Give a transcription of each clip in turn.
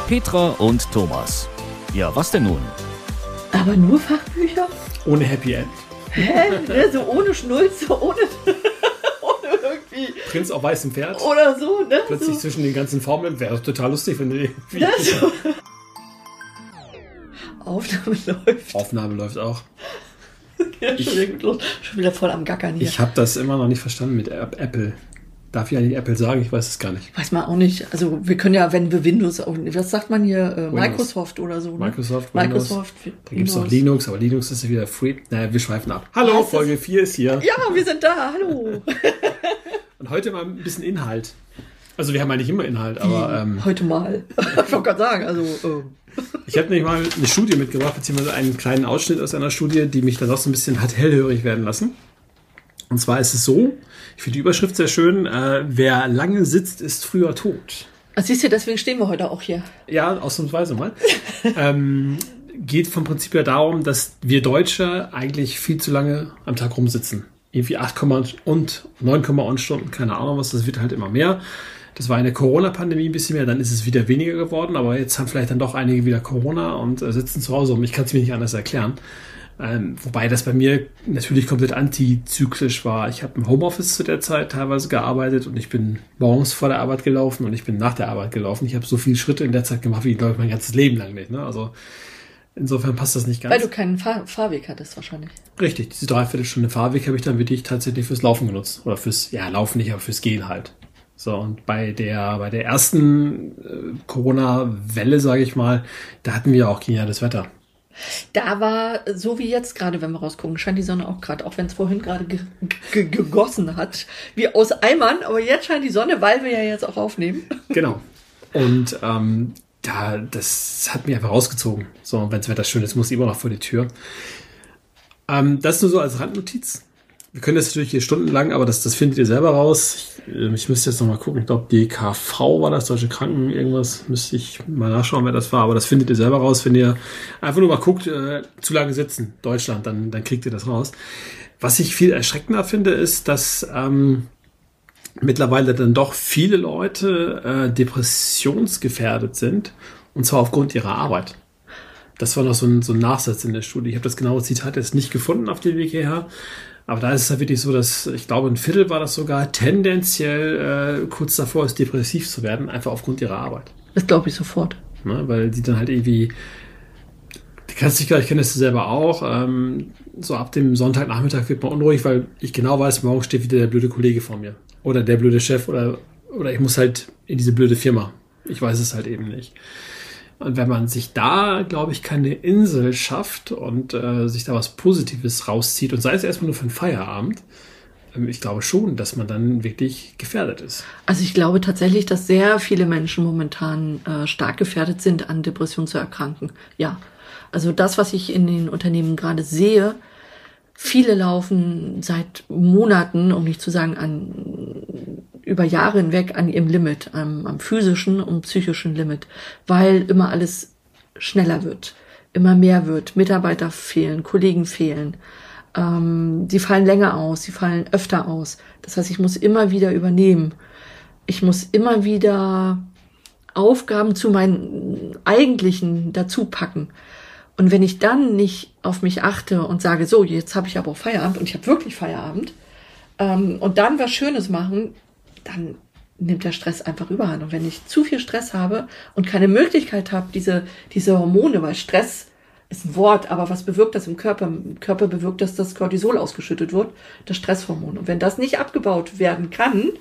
Petra und Thomas. Ja, was denn nun? Aber nur Fachbücher? Ohne Happy End. Hä? So ohne Schnulze, ohne irgendwie... Prinz auf weißem Pferd. Oder so, ne? Plötzlich so. Zwischen den ganzen Formeln. Wäre total lustig, wenn du irgendwie... Ja, so. Aufnahme läuft. Aufnahme läuft auch. Ja, schon wieder voll am Gackern hier. Ich habe das immer noch nicht verstanden mit Apple. Darf ich eigentlich Apple sagen? Ich weiß es gar nicht. Weiß man auch nicht. Also wir können ja, wenn wir Windows, was sagt man hier? Microsoft oder so. Ne? Microsoft, Windows. Da gibt es noch Linux, aber Linux ist ja wieder free. Naja, wir schweifen ab. Hallo, Folge 4 ist hier. Ja, wir sind da. Hallo. Und heute mal ein bisschen Inhalt. Also wir haben eigentlich immer Inhalt, aber... heute mal. Ich wollte gerade sagen, also... Ich habe nämlich mal eine Studie mitgebracht, beziehungsweise einen kleinen Ausschnitt aus einer Studie, die mich dann noch so ein bisschen hat hellhörig werden lassen. Und zwar ist es so, ich finde die Überschrift sehr schön, wer lange sitzt, ist früher tot. Ach, siehst du, deswegen stehen wir heute auch hier. Ja, ausnahmsweise mal. Geht vom Prinzip her darum, dass wir Deutsche eigentlich viel zu lange am Tag rumsitzen. Irgendwie 8, und 9, Stunden, keine Ahnung was, das wird halt immer mehr. Das war in der Corona-Pandemie ein bisschen mehr, dann ist es wieder weniger geworden, aber jetzt haben vielleicht dann doch einige wieder Corona und sitzen zu Hause rum. Ich kann es mir nicht anders erklären. Wobei das bei mir natürlich komplett antizyklisch war. Ich habe im Homeoffice zu der Zeit teilweise gearbeitet und ich bin morgens vor der Arbeit gelaufen und ich bin nach der Arbeit gelaufen. Ich habe so viele Schritte in der Zeit gemacht, wie glaube ich mein ganzes Leben lang nicht. Ne? Also insofern passt das nicht ganz. Weil du keinen Fahrweg hattest wahrscheinlich. Richtig, diese 3/4 Stunde Fahrweg habe ich dann wirklich tatsächlich fürs Laufen genutzt. Oder fürs, Laufen nicht, aber fürs Gehen halt. So, und bei der ersten Corona-Welle, sage ich mal, da hatten wir auch geniales Wetter. Da war, so wie jetzt gerade, wenn wir rausgucken, scheint die Sonne auch gerade, auch wenn es vorhin gerade gegossen hat, wie aus Eimern, aber jetzt scheint die Sonne, weil wir ja jetzt auch aufnehmen. Genau. Und das hat mich einfach rausgezogen. So, und wenn das Wetter schön ist, muss ich immer noch vor die Tür. Das nur so als Randnotiz. Wir können das natürlich hier stundenlang, aber das findet ihr selber raus. Ich müsste jetzt noch mal gucken. Ich glaube, DKV war das, Deutsche Kranken, irgendwas. Müsste ich mal nachschauen, wer das war. Aber das findet ihr selber raus, wenn ihr einfach nur mal guckt, zu lange sitzen, Deutschland, dann kriegt ihr das raus. Was ich viel erschreckender finde, ist, dass mittlerweile dann doch viele Leute depressionsgefährdet sind. Und zwar aufgrund ihrer Arbeit. Das war noch so ein Nachsatz in der Studie. Ich habe das genaue Zitat jetzt nicht gefunden auf dem Weg hierher. Aber da ist es halt wirklich so, dass, ich glaube, ein Viertel war das sogar, tendenziell kurz davor ist, depressiv zu werden, einfach aufgrund ihrer Arbeit. Das glaube ich sofort. Ne, weil die dann halt irgendwie, ich kenne das selber auch, so ab dem Sonntagnachmittag wird man unruhig, weil ich genau weiß, morgen steht wieder der blöde Kollege vor mir. Oder der blöde Chef oder ich muss halt in diese blöde Firma. Ich weiß es halt eben nicht. Und wenn man sich da, glaube ich, keine Insel schafft und sich da was Positives rauszieht und sei es erstmal nur für einen Feierabend, ich glaube schon, dass man dann wirklich gefährdet ist. Also ich glaube tatsächlich, dass sehr viele Menschen momentan stark gefährdet sind, an Depressionen zu erkranken. Ja, also das, was ich in den Unternehmen gerade sehe, viele laufen seit Monaten, um nicht zu sagen über Jahre hinweg an ihrem Limit, am physischen und psychischen Limit, weil immer alles schneller wird, immer mehr wird, Mitarbeiter fehlen, Kollegen fehlen, die fallen länger aus, sie fallen öfter aus. Das heißt, ich muss immer wieder übernehmen. Ich muss immer wieder Aufgaben zu meinen eigentlichen dazu packen. Und wenn ich dann nicht auf mich achte und sage, so, jetzt habe ich aber auch Feierabend und ich habe wirklich Feierabend, und dann was Schönes machen, dann nimmt der Stress einfach überhand. Und wenn ich zu viel Stress habe und keine Möglichkeit habe, diese Hormone, weil Stress ist ein Wort, aber was bewirkt das im Körper? Im Körper bewirkt das, dass Cortisol ausgeschüttet wird, das Stresshormon. Und wenn das nicht abgebaut werden kann,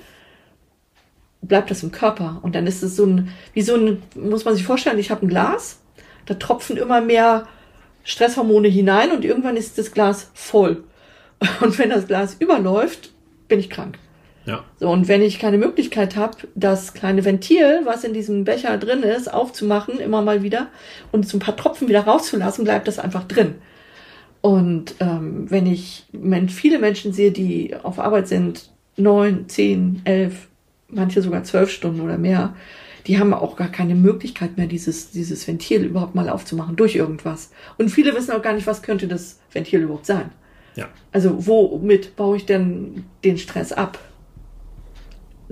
bleibt das im Körper. Und dann ist es muss man sich vorstellen, ich habe ein Glas, da tropfen immer mehr Stresshormone hinein und irgendwann ist das Glas voll. Und wenn das Glas überläuft, bin ich krank. Ja. So, und wenn ich keine Möglichkeit habe, das kleine Ventil, was in diesem Becher drin ist, aufzumachen, immer mal wieder und so ein paar Tropfen wieder rauszulassen, bleibt das einfach drin. Und wenn ich viele Menschen sehe, die auf Arbeit sind, 9, 10, 11, manche sogar 12 Stunden oder mehr, die haben auch gar keine Möglichkeit mehr, dieses Ventil überhaupt mal aufzumachen durch irgendwas. Und viele wissen auch gar nicht, was könnte das Ventil überhaupt sein. Ja. Also womit baue ich denn den Stress ab?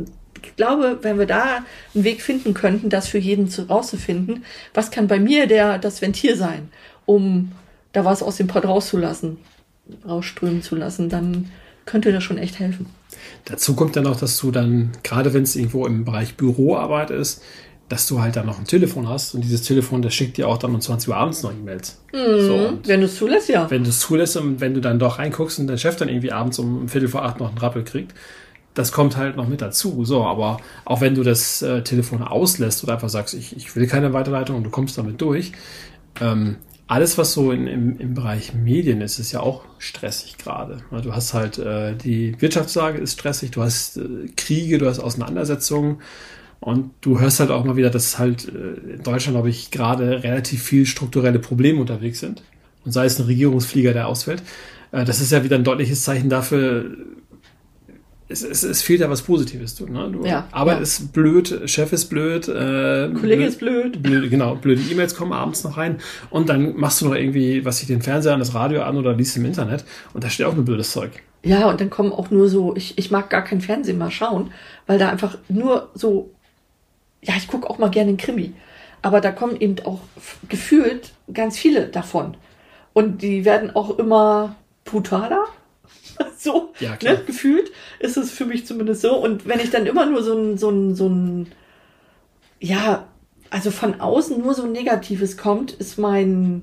glaube, wenn wir da einen Weg finden könnten, das für jeden rauszufinden, was kann bei mir das Ventil sein, um da was aus dem Pott rausströmen zu lassen, dann könnte das schon echt helfen. Dazu kommt dann auch, dass du dann, gerade wenn es irgendwo im Bereich Büroarbeit ist, dass du halt dann noch ein Telefon hast und dieses Telefon, das schickt dir auch dann um 20 Uhr abends noch E-Mails. Wenn du es zulässt, ja. Wenn du es zulässt und wenn du dann doch reinguckst und dein Chef dann irgendwie abends um 7:45 noch einen Rappel kriegt, das kommt halt noch mit dazu. So, aber auch wenn du das Telefon auslässt oder einfach sagst, ich will keine Weiterleitung und du kommst damit durch, alles, was so im Bereich Medien ist, ist ja auch stressig gerade. Du hast halt die Wirtschaftslage ist stressig, du hast Kriege, du hast Auseinandersetzungen und du hörst halt auch mal wieder, dass halt in Deutschland, glaube ich, gerade relativ viel strukturelle Probleme unterwegs sind. Und sei es ein Regierungsflieger, der ausfällt. Das ist ja wieder ein deutliches Zeichen dafür, es fehlt ja was Positives. Arbeit ist blöd, Chef ist blöd, Kollege ist blöd. Blöde E-Mails kommen abends noch rein und dann machst du noch irgendwie, den Fernseher an, das Radio an oder liest im Internet und da steht auch nur blödes Zeug. Ja, und dann kommen auch nur so, ich mag gar kein Fernsehen mal schauen, weil da einfach nur so, ja, ich gucke auch mal gerne einen Krimi, aber da kommen eben auch gefühlt ganz viele davon und die werden auch immer brutaler. So, ja, klar. Gefühlt ist es für mich zumindest so. Und wenn ich dann immer nur so ein ja, also von außen nur so Negatives kommt, ist mein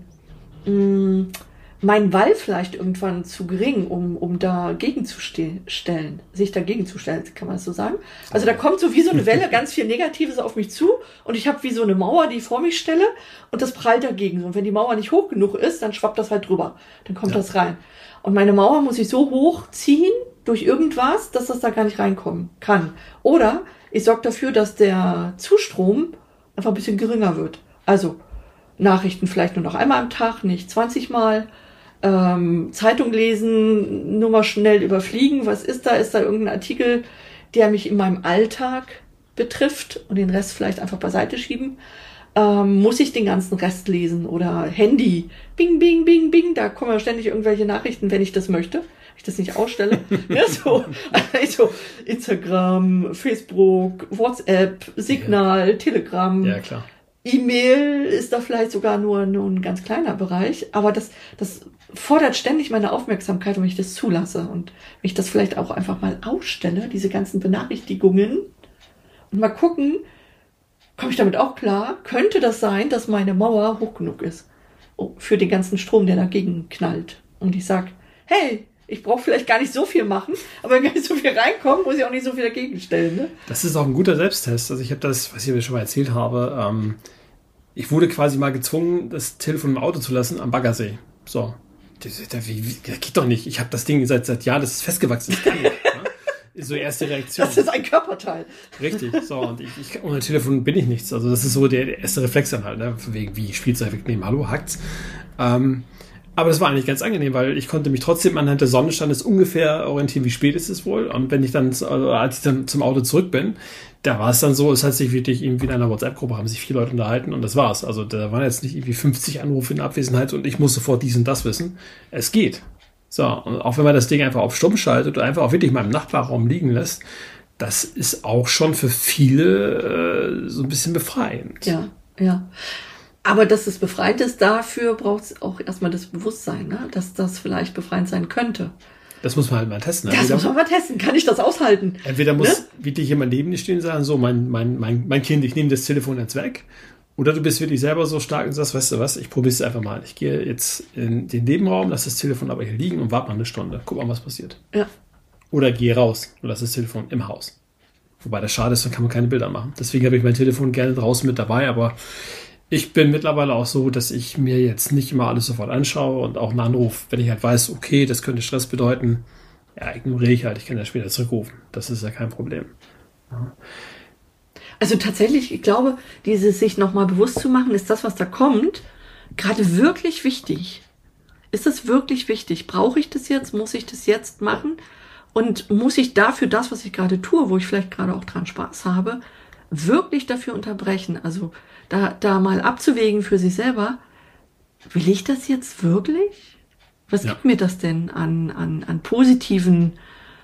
Wall vielleicht irgendwann zu gering, um dagegen zu stellen, sich dagegen zu stellen, kann man das so sagen? Also da kommt so wie so eine Welle ganz viel Negatives auf mich zu und ich habe wie so eine Mauer, die ich vor mich stelle und das prallt dagegen. Und wenn die Mauer nicht hoch genug ist, dann schwappt das halt drüber. Dann kommt das rein. Und meine Mauer muss ich so hochziehen durch irgendwas, dass das da gar nicht reinkommen kann. Oder ich sorge dafür, dass der Zustrom einfach ein bisschen geringer wird. Also Nachrichten vielleicht nur noch einmal am Tag, nicht 20 Mal. Zeitung lesen, nur mal schnell überfliegen. Was ist da? Ist da irgendein Artikel, der mich in meinem Alltag betrifft und den Rest vielleicht einfach beiseite schieben? Muss ich den ganzen Rest lesen oder Handy, bing, bing, bing, bing, da kommen ja ständig irgendwelche Nachrichten, wenn ich das möchte, wenn ich das nicht ausstelle. Ja, so Instagram, Facebook, WhatsApp, Signal, Telegram. Ja, klar. E-Mail ist da vielleicht sogar nur ein ganz kleiner Bereich, aber das fordert ständig meine Aufmerksamkeit, wenn ich das zulasse und wenn ich das vielleicht auch einfach mal ausstelle, diese ganzen Benachrichtigungen und mal gucken, komme ich damit auch klar? Könnte das sein, dass meine Mauer hoch genug ist für den ganzen Strom, der dagegen knallt? Und ich sag, hey, ich brauche vielleicht gar nicht so viel machen, aber wenn gar nicht so viel reinkommt, muss ich auch nicht so viel dagegen stellen. Ne? Das ist auch ein guter Selbsttest. Also ich habe das, was ich schon mal erzählt habe, ich wurde quasi mal gezwungen, das Telefon im Auto zu lassen am Baggersee. Das geht doch nicht. Ich habe das Ding seit Jahren, das ist festgewachsen. Das kann nicht. So erste Reaktion. Das ist ein Körperteil. Richtig. So, und ohne Telefon bin ich nichts. Also das ist so der erste Reflex dann halt, ne? Wegen wie Spielzeug wegnehmen. Hallo, hackt's. Aber das war eigentlich ganz angenehm, weil ich konnte mich trotzdem anhand des Sonnenstandes ungefähr orientieren, wie spät ist es wohl. Und wenn ich dann, als ich dann zum Auto zurück bin, da war es dann so, es hat sich wirklich irgendwie in einer WhatsApp-Gruppe haben sich 4 Leute unterhalten und das war's. Also da waren jetzt nicht irgendwie 50 Anrufe in Abwesenheit und ich muss sofort dies und das wissen. Es geht. So, und auch wenn man das Ding einfach auf Stumm schaltet oder einfach auch wirklich mal im Nachbarraum liegen lässt, das ist auch schon für viele so ein bisschen befreiend. Ja, ja. Aber dass es befreiend ist, dafür braucht es auch erstmal das Bewusstsein, ne? Dass das vielleicht befreiend sein könnte. Das muss man halt mal testen. Das muss man mal testen. Kann ich das aushalten? Entweder muss wirklich jemand neben dir stehen und sagen, so, mein Kind, ich nehme das Telefon jetzt weg. Oder du bist wirklich selber so stark und sagst, weißt du was, ich probiere es einfach mal. Ich gehe jetzt in den Nebenraum, lass das Telefon aber hier liegen und warte mal eine Stunde. Guck mal, was passiert. Ja. Oder gehe raus und lass das Telefon im Haus. Wobei das schade ist, dann kann man keine Bilder machen. Deswegen habe ich mein Telefon gerne draußen mit dabei, aber ich bin mittlerweile auch so, dass ich mir jetzt nicht immer alles sofort anschaue und auch einen Anruf, wenn ich halt weiß, okay, das könnte Stress bedeuten, ja, ignoriere ich halt, ich kann ja später zurückrufen. Das ist ja kein Problem. Ja. Also tatsächlich, ich glaube, dieses sich nochmal bewusst zu machen, ist das, was da kommt, gerade wirklich wichtig. Ist es wirklich wichtig? Brauche ich das jetzt? Muss ich das jetzt machen? Und muss ich dafür das, was ich gerade tue, wo ich vielleicht gerade auch dran Spaß habe, wirklich dafür unterbrechen? Also da mal abzuwägen für sich selber, will ich das jetzt wirklich? Was gibt mir das denn an positiven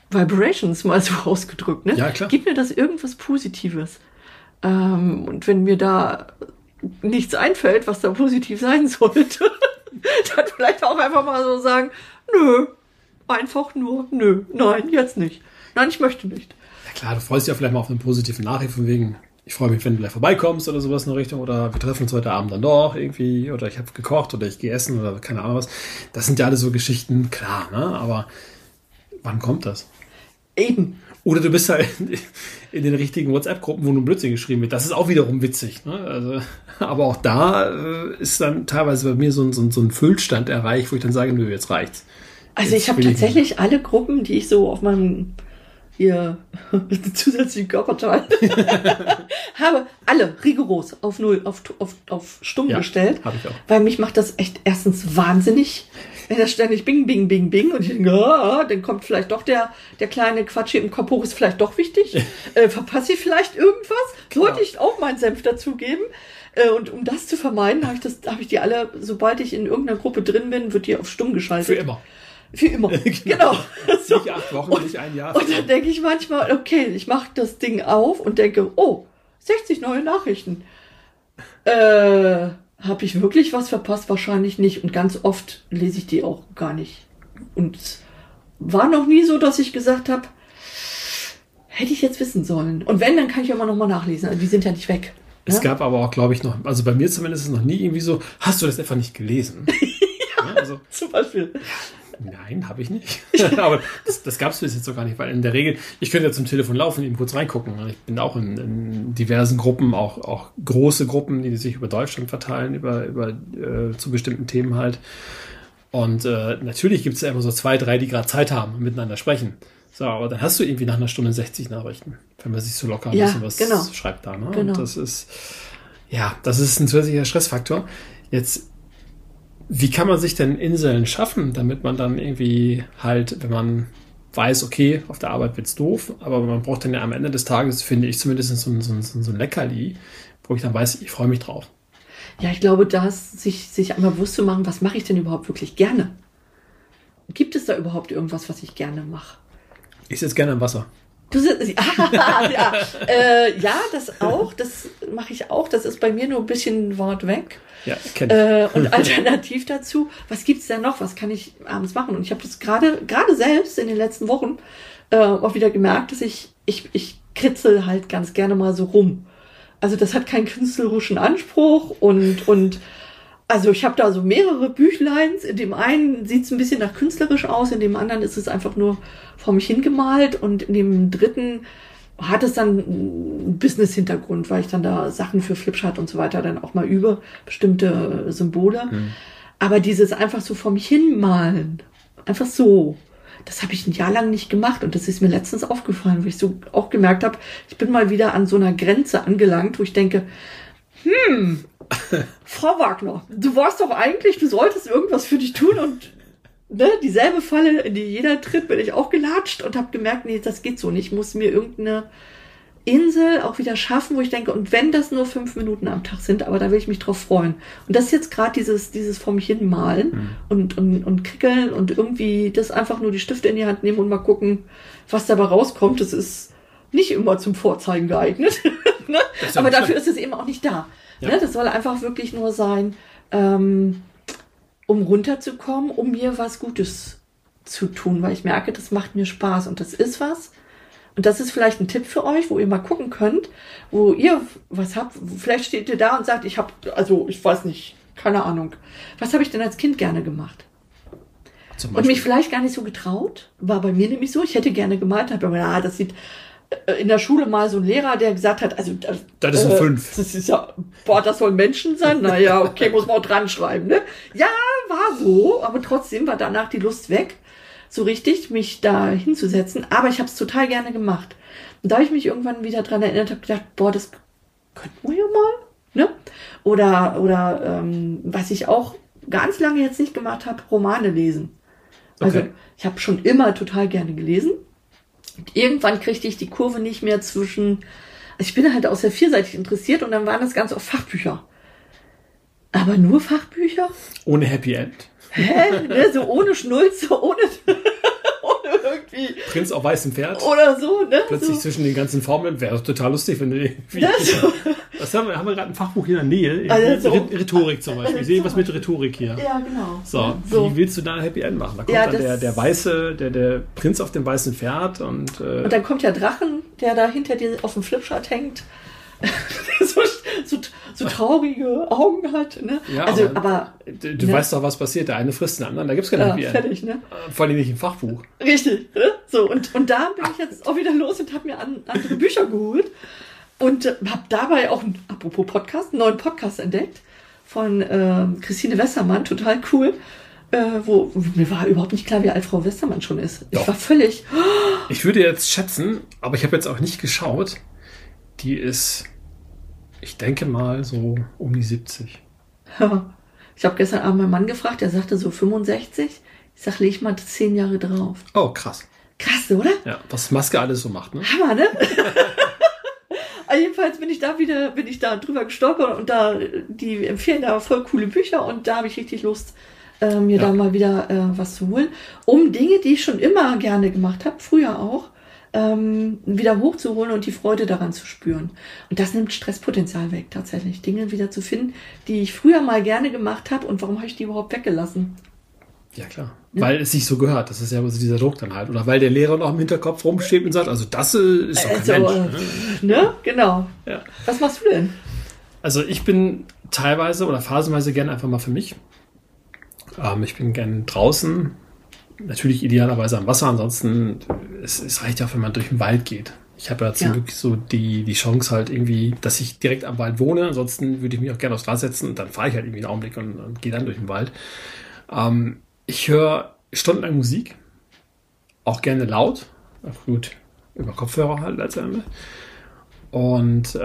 Vibrations mal so ausgedrückt, ne? Ja, klar. Gib mir das irgendwas Positives. Und wenn mir da nichts einfällt, was da positiv sein sollte, dann vielleicht auch einfach mal so sagen, nö, einfach nur, nö, nein, jetzt nicht. Nein, ich möchte nicht. Ja klar, du freust dich ja vielleicht mal auf eine positive Nachricht von wegen, ich freue mich, wenn du gleich vorbeikommst oder sowas in der Richtung, oder wir treffen uns heute Abend dann doch irgendwie, oder ich habe gekocht oder ich gehe essen oder keine Ahnung was. Das sind ja alle so Geschichten, klar, ne? Aber wann kommt das? Eben. Oder du bist halt in den richtigen WhatsApp-Gruppen, wo nur Blödsinn geschrieben wird. Das ist auch wiederum witzig. Ne? Also, aber auch da ist dann teilweise bei mir so ein Füllstand erreicht, wo ich dann sage, nö, jetzt reicht's. Also ich habe tatsächlich alle Gruppen, die ich so auf meinem hier zusätzlichen Körperteil habe, alle rigoros auf null, auf stumm gestellt. Habe ich auch. Weil mich macht das echt erstens wahnsinnig, wenn das ständig bing, bing, bing, bing und ich denke, dann kommt vielleicht doch der kleine Quatsch hier im Kopf hoch, ist vielleicht doch wichtig. Verpasse ich vielleicht irgendwas? Sollte ich auch meinen Senf dazugeben? Und um das zu vermeiden, habe ich die alle, sobald ich in irgendeiner Gruppe drin bin, wird die auf stumm geschaltet. Für immer. Für immer, genau. So. Nicht 8 Wochen, nicht ein Jahr. Und dann denke ich manchmal, okay, ich mache das Ding auf und denke, oh, 60 neue Nachrichten. Habe ich wirklich was verpasst? Wahrscheinlich nicht. Und ganz oft lese ich die auch gar nicht. Und es war noch nie so, dass ich gesagt habe, hätte ich jetzt wissen sollen. Und wenn, dann kann ich ja immer noch mal nachlesen. Also die sind ja nicht weg. Es gab aber auch, glaube ich, noch, also bei mir zumindest ist es noch nie irgendwie so, hast du das einfach nicht gelesen? Ja, also, zum Beispiel. Nein, habe ich nicht. Aber das gab es bis jetzt so gar nicht, weil in der Regel, ich könnte ja zum Telefon laufen, eben kurz reingucken. Ich bin auch in diversen Gruppen, auch große Gruppen, die sich über Deutschland verteilen, über zu bestimmten Themen halt. Und natürlich gibt es ja immer so 2, 3, die gerade Zeit haben und miteinander sprechen. So, aber dann hast du irgendwie nach einer Stunde 60 Nachrichten, wenn man sich so locker ein bisschen was schreibt da. Ne? Genau. Und das ist ein zusätzlicher Stressfaktor. Jetzt, wie kann man sich denn Inseln schaffen, damit man dann irgendwie halt, wenn man weiß, okay, auf der Arbeit wird's doof, aber man braucht dann ja am Ende des Tages, finde ich zumindest so ein Leckerli, wo ich dann weiß, ich freue mich drauf. Ja, ich glaube, sich einmal bewusst zu machen, was mache ich denn überhaupt wirklich gerne? Gibt es da überhaupt irgendwas, was ich gerne mache? Ich sitze gerne im Wasser. Du sitzt, ja, das auch, das mache ich auch. Das ist bei mir nur ein bisschen weit weg. Ja, kenn ich. Und alternativ dazu, was gibt's denn noch? Was kann ich abends machen? Und ich habe das gerade selbst in den letzten Wochen auch wieder gemerkt, dass ich kritzel halt ganz gerne mal so rum. Also das hat keinen künstlerischen Anspruch und also ich habe da so mehrere Büchleins. In dem einen sieht es ein bisschen nach künstlerisch aus, in dem anderen ist es einfach nur vor mich hingemalt und in dem dritten hat es dann einen Business-Hintergrund, weil ich dann da Sachen für Flipchart und so weiter dann auch mal übe, bestimmte Symbole. Mhm. Aber dieses einfach so vor mich hinmalen, einfach so, das habe ich ein Jahr lang nicht gemacht und das ist mir letztens aufgefallen, wo ich so auch gemerkt habe, ich bin mal wieder an so einer Grenze angelangt, wo ich denke, Frau Wagner, du warst doch eigentlich, du solltest irgendwas für dich tun und dieselbe Falle, in die jeder tritt, bin ich auch gelatscht und habe gemerkt, nee, das geht so nicht. Ich muss mir irgendeine Insel auch wieder schaffen, wo ich denke, und wenn das nur 5 Minuten am Tag sind, aber da will ich mich drauf freuen. Und das ist jetzt gerade dieses vor mich hin malen und krickeln und irgendwie das einfach nur die Stifte in die Hand nehmen und mal gucken, was dabei rauskommt. Das ist nicht immer zum Vorzeigen geeignet. Ne? Aber dafür ist es eben auch nicht da. Ja. Ne? Das soll einfach wirklich nur sein, um runterzukommen, um mir was Gutes zu tun, weil ich merke, das macht mir Spaß und das ist was. Und das ist vielleicht ein Tipp für euch, wo ihr mal gucken könnt, wo ihr was habt. Vielleicht steht ihr da und sagt, ich weiß nicht, keine Ahnung. Was habe ich denn als Kind gerne gemacht? Und mich vielleicht gar nicht so getraut. War bei mir nämlich so, ich hätte gerne gemalt, habe aber das sieht in der Schule mal so ein Lehrer, der gesagt hat, also das ist ein 5. Das ist ja, das sollen Menschen sein. Naja, okay, muss man auch dran schreiben, ne? Ja, war so, aber trotzdem war danach die Lust weg, so richtig mich da hinzusetzen. Aber ich habe es total gerne gemacht. Und da habe ich mich irgendwann wieder dran erinnert, habe gedacht, das könnten wir ja mal, ne? Oder was ich auch ganz lange jetzt nicht gemacht habe, Romane lesen. Also ich habe schon immer total gerne gelesen. Und irgendwann kriegte ich die Kurve nicht mehr zwischen, also ich bin halt auch sehr vielseitig interessiert und dann waren das ganz oft Fachbücher. Aber nur Fachbücher? Ohne Happy End. Hä? Ne, so ohne Schnulze, ohne irgendwie. Prinz auf weißem Pferd. Oder so, ne? Plötzlich so. zwischen den ganzen Formeln. Wäre doch total lustig, wenn du irgendwie... Das, Was haben wir gerade ein Fachbuch hier in der Nähe? Also so. Rhetorik zum Beispiel. Ich sehe was mit Rhetorik hier. ja, genau. So, so. wie willst du da ein Happy End machen? Da kommt Ja, dann der Prinz auf dem weißen Pferd und Und dann kommt ja Drachen, der da hinter dir auf dem Flipchart hängt. so traurige Augen hat. Ne? ja, also, aber du ne? weißt doch, was passiert. Der eine frisst den anderen, da gibt es kein Happy End. Fertig, ne? Vor allem nicht im Fachbuch. Richtig, ne? So, und da bin ich jetzt auch wieder los und habe mir andere Bücher geholt und habe dabei auch, apropos Podcast, einen neuen Podcast entdeckt von Christine Westermann, total cool, wo mir war überhaupt nicht klar, wie alt Frau Westermann schon ist. Doch. Ich war völlig... Ich würde jetzt schätzen, aber ich habe jetzt auch nicht geschaut, die ist, ich denke mal, so um die 70. Ich habe gestern Abend meinen Mann gefragt, der sagte so 65. Ich sag, leg mal 10 Jahre drauf. Oh, krass. Krass, oder? Ja, was Maske alles so macht, ne? Hammer, ne? Jedenfalls bin ich da drüber gestolpert und die empfehlen da voll coole Bücher und da habe ich richtig Lust, mir da mal wieder was zu holen, um Dinge, die ich schon immer gerne gemacht habe, früher auch, wieder hochzuholen und die Freude daran zu spüren. Und das nimmt Stresspotenzial weg, tatsächlich. Dinge wieder zu finden, die ich früher mal gerne gemacht habe und warum habe ich die überhaupt weggelassen? Ja, klar. Ja. Weil es sich so gehört. Das ist ja so dieser Druck dann halt. Oder weil der Lehrer noch im Hinterkopf rumsteht und sagt, also das ist doch kein Mensch. Ne? Genau. Ja. Was machst du denn? Also ich bin teilweise oder phasenweise gerne einfach mal für mich. Ich bin gerne draußen. Natürlich idealerweise am Wasser. Ansonsten, es reicht ja auch, wenn man durch den Wald geht. Ich habe ja zum Glück so die Chance halt irgendwie, dass ich direkt am Wald wohne. Ansonsten würde ich mich auch gerne aufs Rad setzen und dann fahre ich halt irgendwie einen Augenblick und gehe dann durch den Wald. Ich höre stundenlang Musik, auch gerne laut, gut, über Kopfhörer halt letztendlich. Und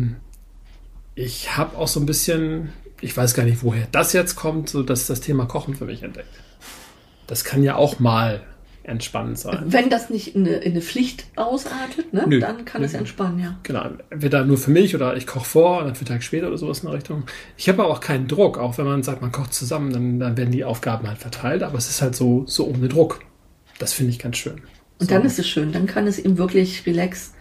ich habe auch so ein bisschen, ich weiß gar nicht, woher das jetzt kommt, so dass das Thema Kochen für mich entdeckt. Das kann ja auch mal entspannend sein. Wenn das nicht in eine Pflicht ausartet, ne? Dann kann es entspannen, ja. Genau, entweder nur für mich oder ich koche vor und dann für einen Tag später oder sowas in der Richtung. Ich habe aber auch keinen Druck, auch wenn man sagt, man kocht zusammen, dann werden die Aufgaben halt verteilt, aber es ist halt so ohne Druck. Das finde ich ganz schön. Und dann ist es schön, dann kann es eben wirklich relax,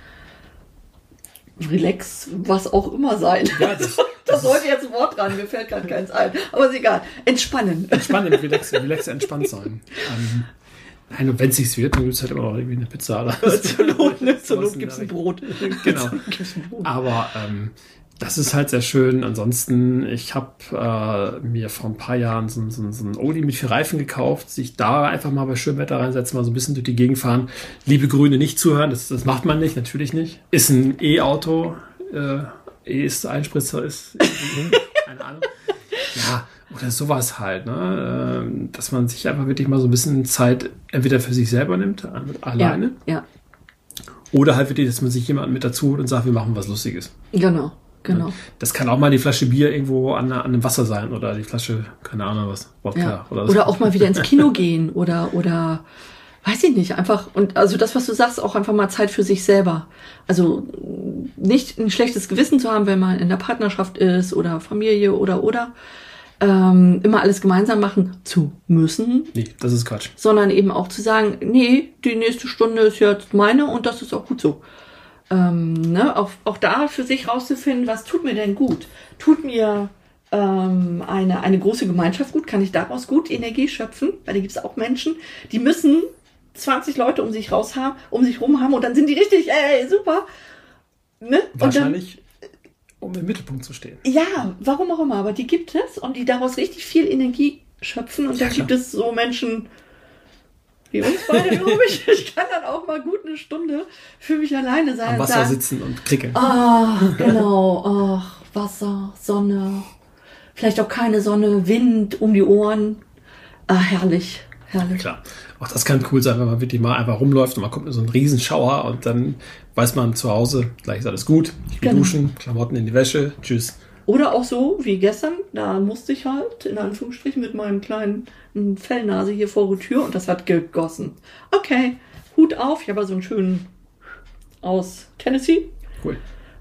was auch immer sein. Ja, das sollte jetzt ein Wort dran, mir fällt gerade keins ein. Aber ist egal. Entspannen. Entspannen, relax entspannt sein. Nein, und wenn es sich wird, dann gibt es halt immer noch irgendwie eine Pizza. Zur Not gibt es ein Brot. Genau. Aber das ist halt sehr schön. Ansonsten, ich habe mir vor ein paar Jahren so ein Audi mit 4 Reifen gekauft, sich da einfach mal bei schönem Wetter reinsetzen, mal so ein bisschen durch die Gegend fahren. Liebe Grüne, nicht zuhören, das macht man nicht, natürlich nicht. Ist ein E-Auto, ist Einspritzer, ist keine Ahnung. Ja, oder sowas halt, ne? Dass man sich einfach wirklich mal so ein bisschen Zeit entweder für sich selber nimmt, alleine. Ja. Oder halt wirklich, dass man sich jemanden mit dazu holt und sagt, wir machen was Lustiges. Genau. Das kann auch mal die Flasche Bier irgendwo an einem Wasser sein oder die Flasche, keine Ahnung was, Wodka oder so. Oder auch mal wieder ins Kino gehen oder weiß ich nicht, einfach, und also das, was du sagst, auch einfach mal Zeit für sich selber. Also nicht ein schlechtes Gewissen zu haben, wenn man in der Partnerschaft ist oder Familie oder immer alles gemeinsam machen zu müssen. Nee, das ist Quatsch. Sondern eben auch zu sagen, nee, die nächste Stunde ist jetzt meine und das ist auch gut so. Auch da für sich rauszufinden, was tut mir denn gut? Tut mir eine große Gemeinschaft gut? Kann ich daraus gut Energie schöpfen? Weil da gibt es auch Menschen, die müssen 20 Leute um sich rum haben und dann sind die richtig, super. Ne? Wahrscheinlich, um im Mittelpunkt zu stehen. Ja, warum auch immer, aber die gibt es und die daraus richtig viel Energie schöpfen und dann gibt es so Menschen wie uns beide, glaube ich. Ich kann dann auch mal gut eine Stunde für mich alleine sein. Am Wasser sitzen und krickeln. Genau. Wasser, Sonne. Vielleicht auch keine Sonne, Wind um die Ohren. Herrlich. Klar. Auch das kann cool sein, wenn man wirklich mal einfach rumläuft und man kommt in so einen riesen Schauer und dann weiß man zu Hause, gleich ist alles gut. Ich gehe duschen, Klamotten in die Wäsche, tschüss. Oder auch so wie gestern, da musste ich halt in Anführungsstrichen mit meinem kleinen Fellnase hier vor der Tür und das hat gegossen. Okay, Hut auf, ich habe so einen schönen aus Tennessee. Cool.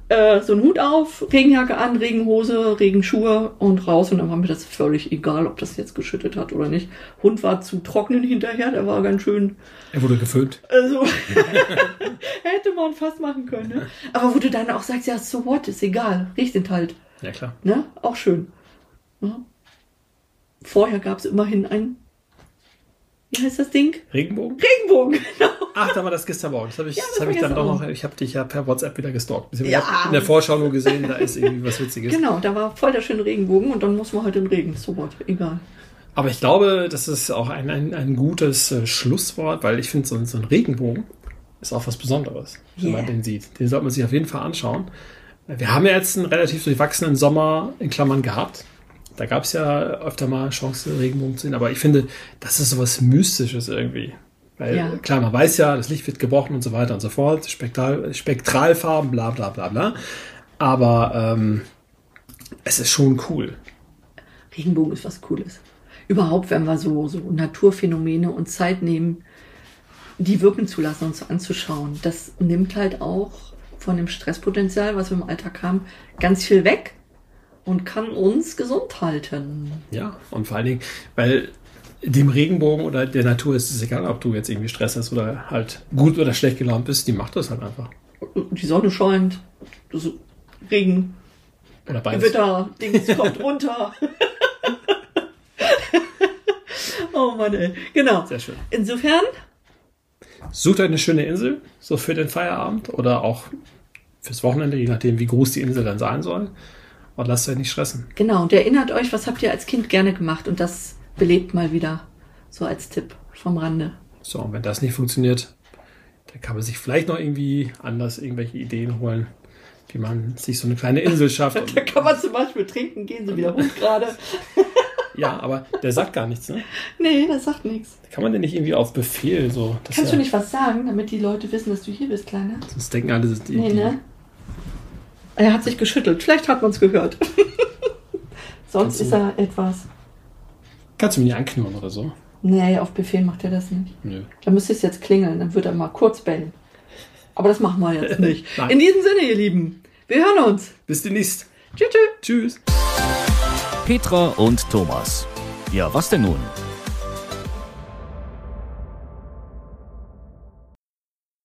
so einen Hut auf, Regenjacke an, Regenhose, Regenschuhe und raus. Und dann war mir das völlig egal, ob das jetzt geschüttet hat oder nicht. Hund war zu trocknen hinterher, der war ganz schön... Er wurde gefüllt. Also, hätte man fast machen können. Ne? Aber wo du dann auch sagst, ja, so what, ist egal, regnet halt. Ja, klar. Ne? Auch schön. Ja. Vorher gab es immerhin ein, wie heißt das Ding? Regenbogen? Regenbogen, genau. Ach, da war das gestern Morgen. Das habe ich, Ja, das hab ich dann doch noch, ich habe dich ja per WhatsApp wieder gestalkt. Ich Ja. habe in der Vorschau nur gesehen, da ist irgendwie was Witziges. Genau, da war voll der schöne Regenbogen und dann muss man halt in Regen. So what, egal. Aber ich glaube, das ist auch ein gutes Schlusswort, weil ich finde, so ein Regenbogen ist auch was Besonderes, wenn man den sieht. Den sollte man sich auf jeden Fall anschauen. Wir haben ja jetzt einen relativ durchwachsenen Sommer in Klammern gehabt. Da gab es ja öfter mal Chancen, Regenbogen zu sehen. Aber ich finde, das ist sowas Mystisches irgendwie. Weil klar, man weiß ja, das Licht wird gebrochen und so weiter und so fort. Spektralfarben, bla bla bla bla. Aber es ist schon cool. Regenbogen ist was Cooles. Überhaupt, wenn wir so Naturphänomene und Zeit nehmen, die wirken zu lassen, uns anzuschauen. Das nimmt halt auch von dem Stresspotenzial, was wir im Alltag haben, ganz viel weg und kann uns gesund halten. Ja, und vor allen Dingen, weil dem Regenbogen oder der Natur ist es egal, ob du jetzt irgendwie Stress hast oder halt gut oder schlecht gelaunt bist, die macht das halt einfach. Die Sonne scheint, das Regen, Oder beides. Gewitter, Dings kommt runter. Oh Mann, ey. Genau. Sehr schön. Insofern, Sucht euch eine schöne Insel, so für den Feierabend oder auch fürs Wochenende, je nachdem, wie groß die Insel dann sein soll. Und lasst euch nicht stressen. genau, und erinnert euch, was habt ihr als Kind gerne gemacht und das belebt mal wieder, so als Tipp vom Rande. So, und wenn das nicht funktioniert, dann kann man sich vielleicht noch irgendwie anders irgendwelche Ideen holen, wie man sich so eine kleine Insel schafft. Da kann man zum Beispiel trinken gehen, so wie der Hund gerade. Ja, aber der sagt gar nichts, ne? Nee, das sagt nichts. Kann man denn nicht irgendwie auf Befehl so... Das Kannst du nicht was sagen, damit die Leute wissen, dass du hier bist, Kleiner? Sonst denken alle, das ist Nee, ne? Er hat sich geschüttelt. Vielleicht hat man es gehört. Sonst ist er etwas... Kannst du mich nicht anknurren oder so? Nee, auf Befehl macht er das nicht. Nö. Da müsste es jetzt klingeln, dann wird er mal kurz bellen. Aber das machen wir jetzt nicht. Nein. In diesem Sinne, ihr Lieben, wir hören uns. Bis demnächst. Tschüss, tschüss. Tschüss. Petra und Thomas. Ja, was denn nun?